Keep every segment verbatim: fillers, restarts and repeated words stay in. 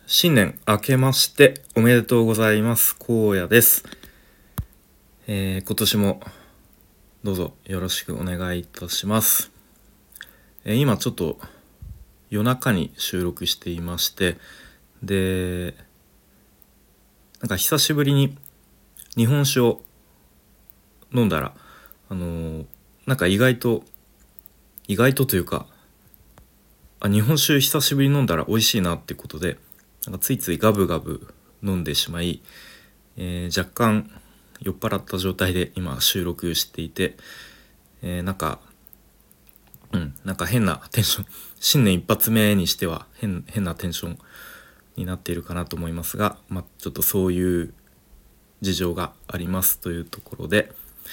新年明けましておめでとうございます。荒野です、えー、今年もどうぞよろしくお願いいたします。えー、今ちょっと夜中に収録していまして、でなんか久しぶりに日本酒を飲んだらあのー、なんか意外と意外とというかあ日本酒久しぶりに飲んだら美味しいなってことで、なんかついついガブガブ飲んでしまい、えー、若干酔っ払った状態で今収録していて、えー、なんかうんなんか変なテンション新年一発目にしては変変なテンションになっているかなと思いますが、まあ、ちょっとそういう事情がありますというところで、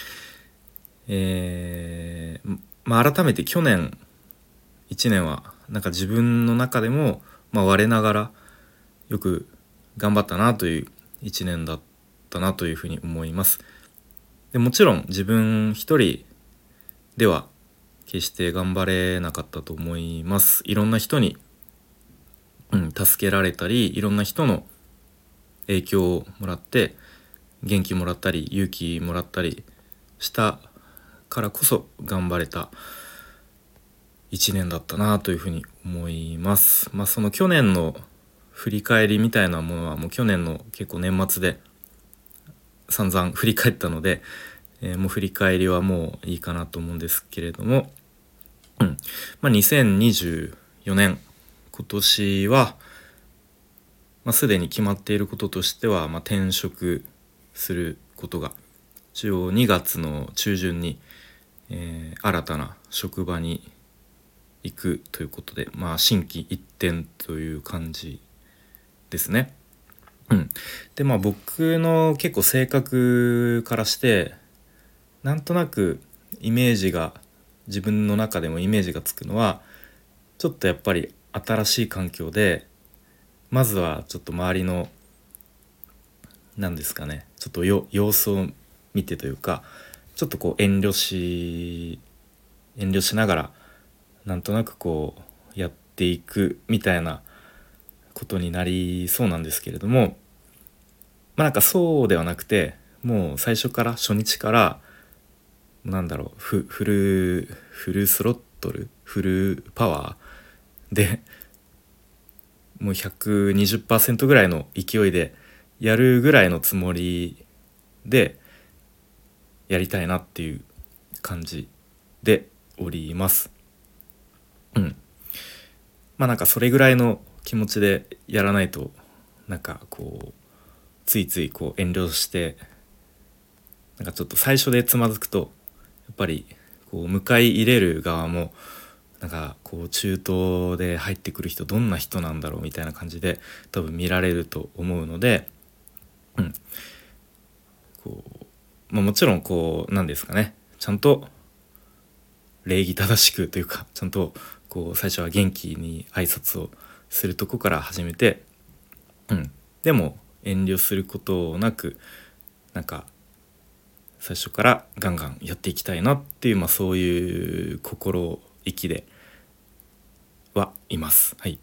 えーまあ、改めて去年いちねんはなんか自分の中でも、まあ、我ながらよく頑張ったなといういちねんだったなというふうに思います。でもちろん自分一人では決して頑張れなかったと思います。いろんな人に、うん、助けられたりいろんな人の影響をもらって元気もらったり勇気もらったりしたからこそ頑張れたいちねんだったなというふうに思います。まあその去年の振り返りみたいなものはもう去年の結構年末で散々振り返ったので、えー、もう振り返りはもういいかなと思うんですけれども、うんまあ、にせんにじゅうよねん今年は、まあ、すでに決まっていることとしては、まあ、転職することが一応にがつの中旬に、えー、新たな職場に行くということで、まあ、心機一転という感じですね。うん、でまあ僕の結構性格からしてなんとなくイメージが自分の中でもイメージがつくのはちょっとやっぱり新しい環境でまずはちょっと周りの何ですかねちょっとよ様子を見てというかちょっとこう遠慮し遠慮しながらなんとなくこうやっていくみたいなことになりそうなんですけれども、まあなんかそうではなくてもう最初から初日からなんだろうフフルフルスロットルフルパワーでもうひゃくにじゅっパーセントぐらいの勢いでやるぐらいのつもりでやりたいなっていう感じでおります。うん。まあなんかそれぐらいの気持ちでやらないとなんかこうついついこう遠慮してなんかちょっと最初でつまずくとやっぱりこう迎え入れる側もなんかこう中東で入ってくる人どんな人なんだろうみたいな感じで多分見られると思うので、うん、こう、まあ、もちろんこうなんですかねちゃんと礼儀正しくというかちゃんとこう最初は元気に挨拶をするとこから始めて、うん、でも遠慮することなくなんか最初からガンガンやっていきたいなっていう、まあ、そういう心意気ではいます。はい。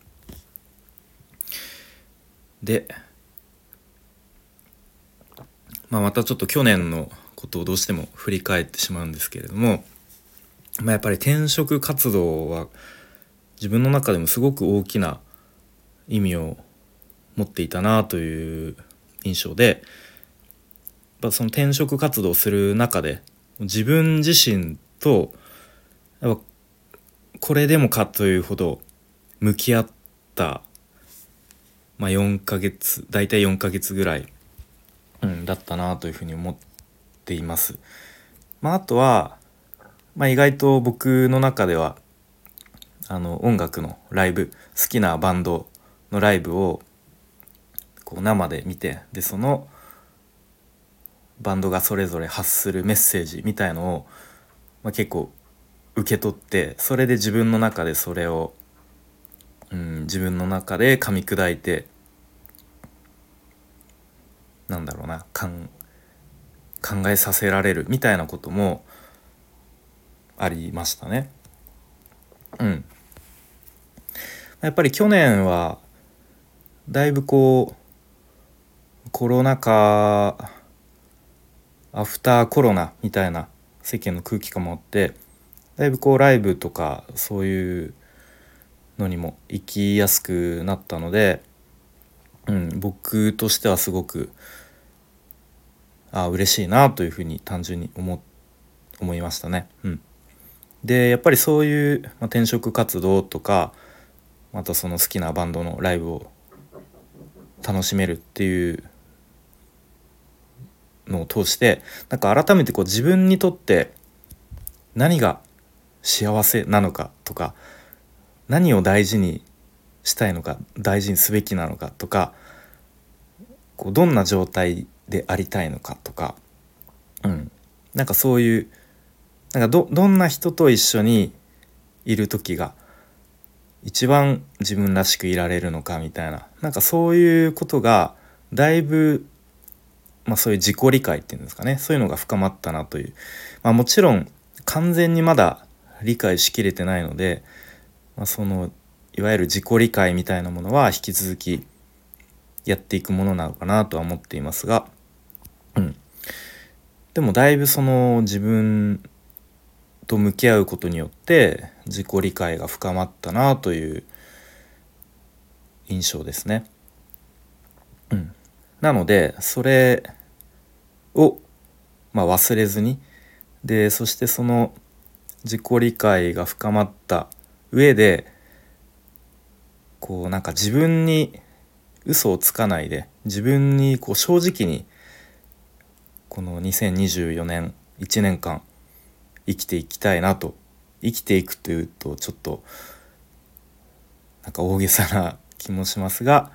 で、まあ、またちょっと去年のことをどうしても振り返ってしまうんですけれども、まあ、やっぱり転職活動は自分の中でもすごく大きな意味を持っていたなという印象で、やっぱその転職活動をする中で自分自身とやっぱこれでもかというほど向き合った、まあ、よんかげつ大体よんかげつぐらい、うん、だったなというふうに思っています。まあ、あとは、まあ、意外と僕の中ではあの音楽のライブ好きなバンドのライブをこう生で見てでそのバンドがそれぞれ発するメッセージみたいのを、まあ、結構受け取ってそれで自分の中でそれを、うん、自分の中で噛み砕いてなんだろうなかん考えさせられるみたいなこともありましたね。うん。やっぱり去年はだいぶこうコロナ禍アフターコロナみたいな世間の空気感もあって、だいぶこうライブとかそういうのにも行きやすくなったので、うん、僕としてはすごくあ嬉しいなというふうに単純に思思いましたね。うん、でやっぱりそういう、まあ、転職活動とかまたその好きなバンドのライブを楽しめるっていうのを通して、なんか改めてこう自分にとって何が幸せなのかとか、何を大事にしたいのか、大事にすべきなのかとか、こうどんな状態でありたいのかとか、うん、なんかそういうなんか ど, どんな人と一緒にいる時が一番自分らしくいられるのかみたいな、なんかそういうことがだいぶ、まあ、そういう自己理解っていうんですかね、そういうのが深まったなという、まあ、もちろん完全にまだ理解しきれてないので、まあ、そのいわゆる自己理解みたいなものは引き続きやっていくものなのかなとは思っていますが、うん、でもだいぶその自分と向き合うことによって自己理解が深まったなという印象ですね。うん、なのでそれを、まあ、忘れずに、でそしてその自己理解が深まった上でこうなんか自分に嘘をつかないで、自分にこう正直にこのにせんにじゅうよねんいちねんかん生きていきたいなと。生きていくというとちょっとなんか大げさな気もしますが、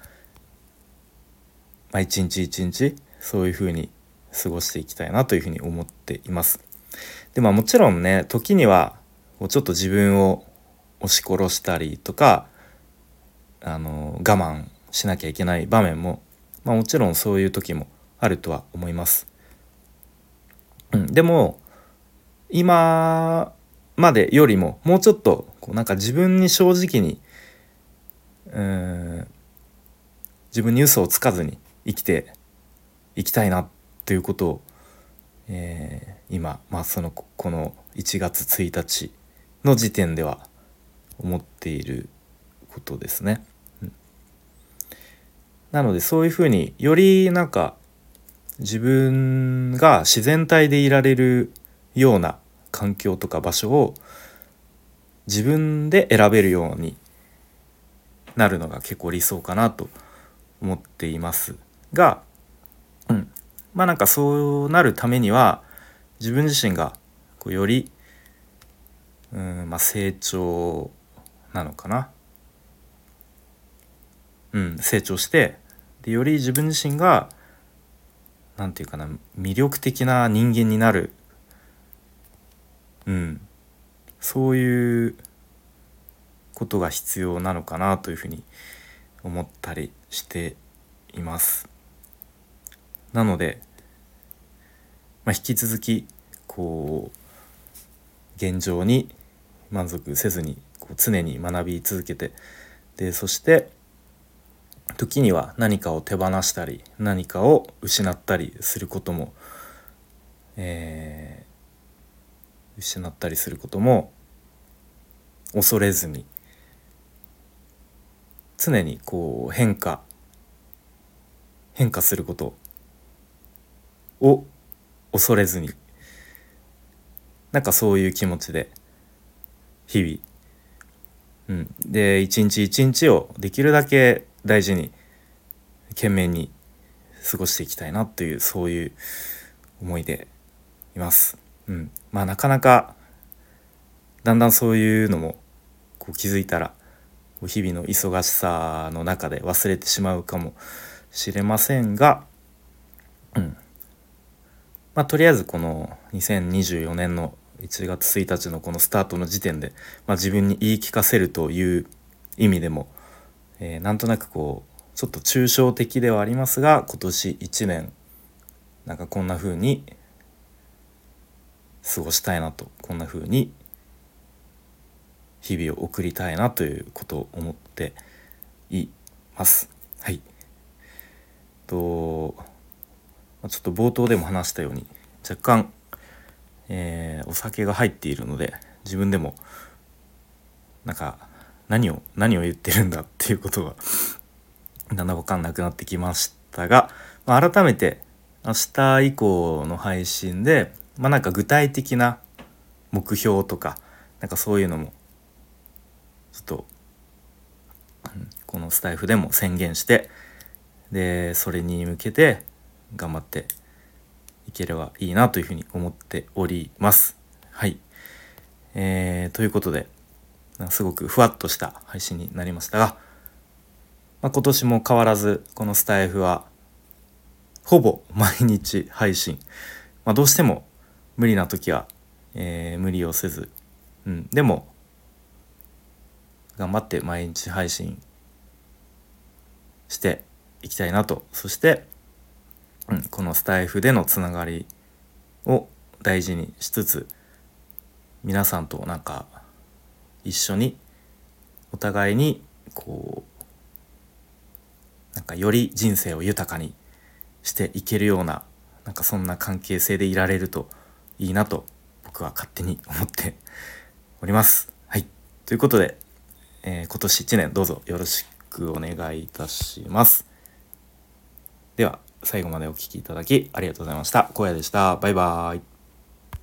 まあ、一日一日そういうふうに過ごしていきたいなというふうに思っています。でまあもちろんね、時にはちょっと自分を押し殺したりとか、あの我慢しなきゃいけない場面も、まあ、もちろんそういう時もあるとは思います。うん、でも今までよりももうちょっとこうなんか自分に正直にうーん自分に嘘をつかずに生きていきたいなということを、えー今、まあ、そのこのいちがつついたちの時点では思っていることですね。うん、なのでそういうふうによりなんか自分が自然体でいられるような環境とか場所を自分で選べるようになるのが結構理想かなと思っていますが、うん、まあなんかそうなるためには自分自身がこうより、うん、まあ成長なのかな、うん、成長してでより自分自身がなんていうかな魅力的な人間になる、うん、そういうことが必要なのかなというふうに思ったりしています。なので、まあ、引き続きこう現状に満足せずにこう常に学び続けて、でそして時には何かを手放したり何かを失ったりすることも、えー、失ったりすることも恐れずに、常にこう変化変化することを恐れずに、なんかそういう気持ちで日々、うん、で一日一日をできるだけ大事に懸命に過ごしていきたいなという、そういう思いでいます。うん、まあなかなかだんだんそういうのもこう気づいたら日々の忙しさの中で忘れてしまうかもしれませんが、うんまあ、とりあえずこのにせんにじゅうよねんのいちがつついたちのこのスタートの時点で、まあ、自分に言い聞かせるという意味でも、えー、なんとなくこうちょっと抽象的ではありますが、今年いちねんなんかこんな風に過ごしたいなと、こんな風に日々を送りたいなということを思っています。 はい。とちょっと冒頭でも話したように若干、えーお酒が入っているので、自分でもなんか何を何を言ってるんだっていうことがだんだん分かんなくなってきましたが、まあ、改めて明日以降の配信で、まあ、なんか具体的な目標とかなんかそういうのもちょっと、うん、このスタイフでも宣言して、でそれに向けて頑張っていければいいなというふうに思っております。はい、えー、ということですごくふわっとした配信になりましたが、まあ、今年も変わらずこのスタイフはほぼ毎日配信、まあ、どうしても無理な時は、えー無理をせず、うん、でも頑張って毎日配信していきたいなと。そして、うん、このスタイフでのつながりを大事にしつつ、皆さんとなんか一緒にお互いにこうなんかより人生を豊かにしていけるような、なんかそんな関係性でいられるといいなと僕は勝手に思っております。はい、ということで、えー今年いちねんどうぞよろしくお願いいたします。では最後までお聞きいただきありがとうございました。荒野でした。バイバイ。